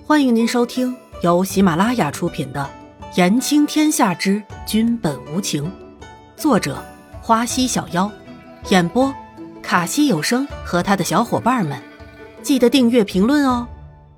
欢迎您收听由喜马拉雅出品的《言情天下之君本无情》，作者花溪小妖，演播卡西有声和他的小伙伴们。记得订阅评论哦。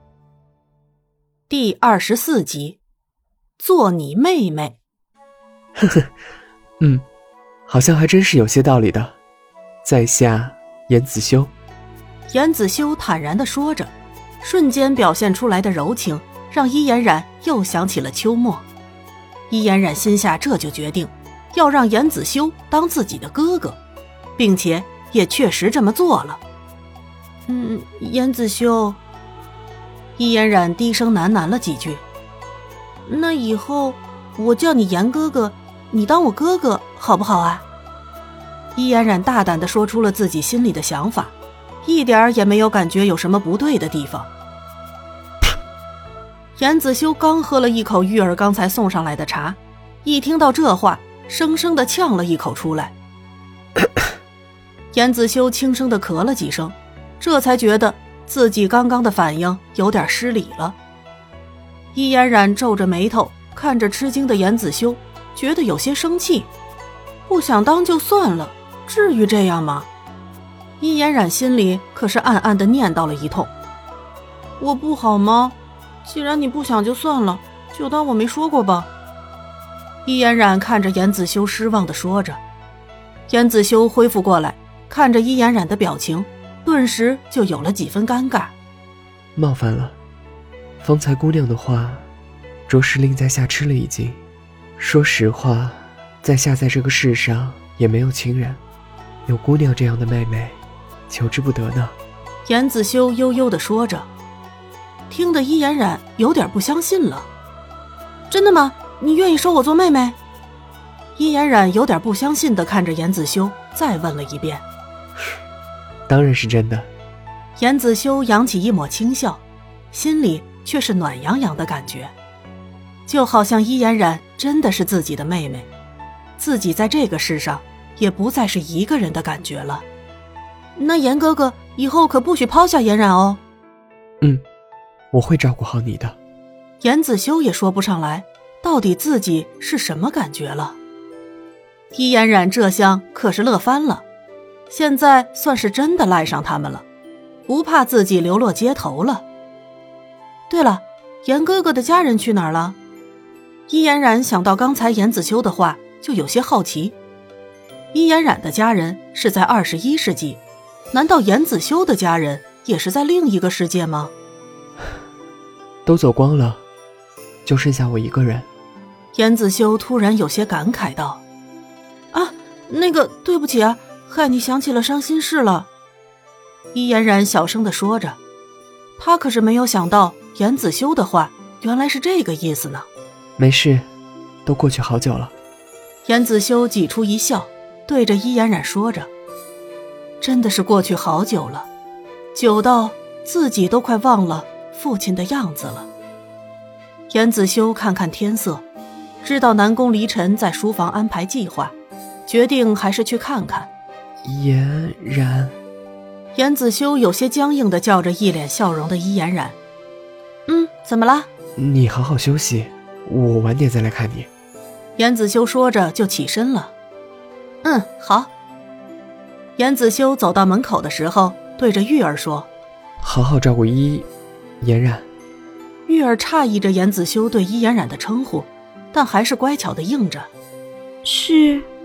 第24集，做你妹妹。 呵呵，好像还真是有些道理的。在下严子修。 严子修坦然地说着，瞬间表现出来的柔情让伊嫣然又想起了秋末。伊嫣然心下这就决定要让严子修当自己的哥哥，并且也确实这么做了。严子修，伊嫣然低声喃喃了几句。那以后我叫你严哥哥，你当我哥哥好不好啊？伊嫣然大胆地说出了自己心里的想法，一点也没有感觉有什么不对的地方。严子修刚喝了一口玉儿刚才送上来的茶，一听到这话，生生地呛了一口出来。严子修轻声地咳了几声，这才觉得自己刚刚的反应有点失礼了。伊嫣然皱着眉头看着吃惊的严子修，觉得有些生气。不想当就算了，至于这样吗？伊嫣然心里可是暗暗地念叨了一通。我不好吗？既然你不想就算了，就当我没说过吧。伊嫣然看着严子修失望地说着。严子修恢复过来，看着伊嫣然的表情，顿时就有了几分尴尬。 冒犯了，方才姑娘的话着实令在下吃了一惊。说实话，在下在这个世上也没有亲人，有姑娘这样的妹妹求之不得呢。 严子修悠悠地说着，听得伊嫣然有点不相信了。真的吗？你愿意收我做妹妹？伊嫣然有点不相信地看着严子修，再问了一遍。 当然是真的。 严子修扬起一抹轻笑，心里却是暖洋洋的感觉，就好像伊嫣然真的是自己的妹妹，自己在这个世上也不再是一个人的感觉了。那严哥哥以后可不许抛下嫣然哦。 我会照顾好你的。 严子修也说不上来到底自己是什么感觉了。伊嫣然这厢可是乐翻了，现在算是真的赖上他们了，不怕自己流落街头了。对了，严哥哥的家人去哪儿了？伊嫣然想到刚才严子修的话，就有些好奇。伊嫣然的家人是在21世纪，难道严子修的家人也是在另一个世界吗？ 都走光了，就剩下我一个人。 严子修突然有些感慨道：那个对不起啊，害你想起了伤心事了。伊嫣然小声地说着，他可是没有想到严子修的话原来是这个意思呢。 没事，都过去好久了。 严子修挤出一笑，对着伊嫣然说着，真的是过去好久了，久到自己都快忘了父亲的样子了。严子修看看天色，知道南宫离尘在书房安排计划，决定还是去看看。 嫣然。 严子修有些僵硬地叫着一脸笑容的伊嫣然。怎么了？ 你好好休息，我晚点再来看你。 严子修说着就起身了。好。严子修走到门口的时候，对着玉儿说： 好好照顾嫣然。 玉儿诧异着严子修对伊嫣然的称呼，但还是乖巧地应着。 是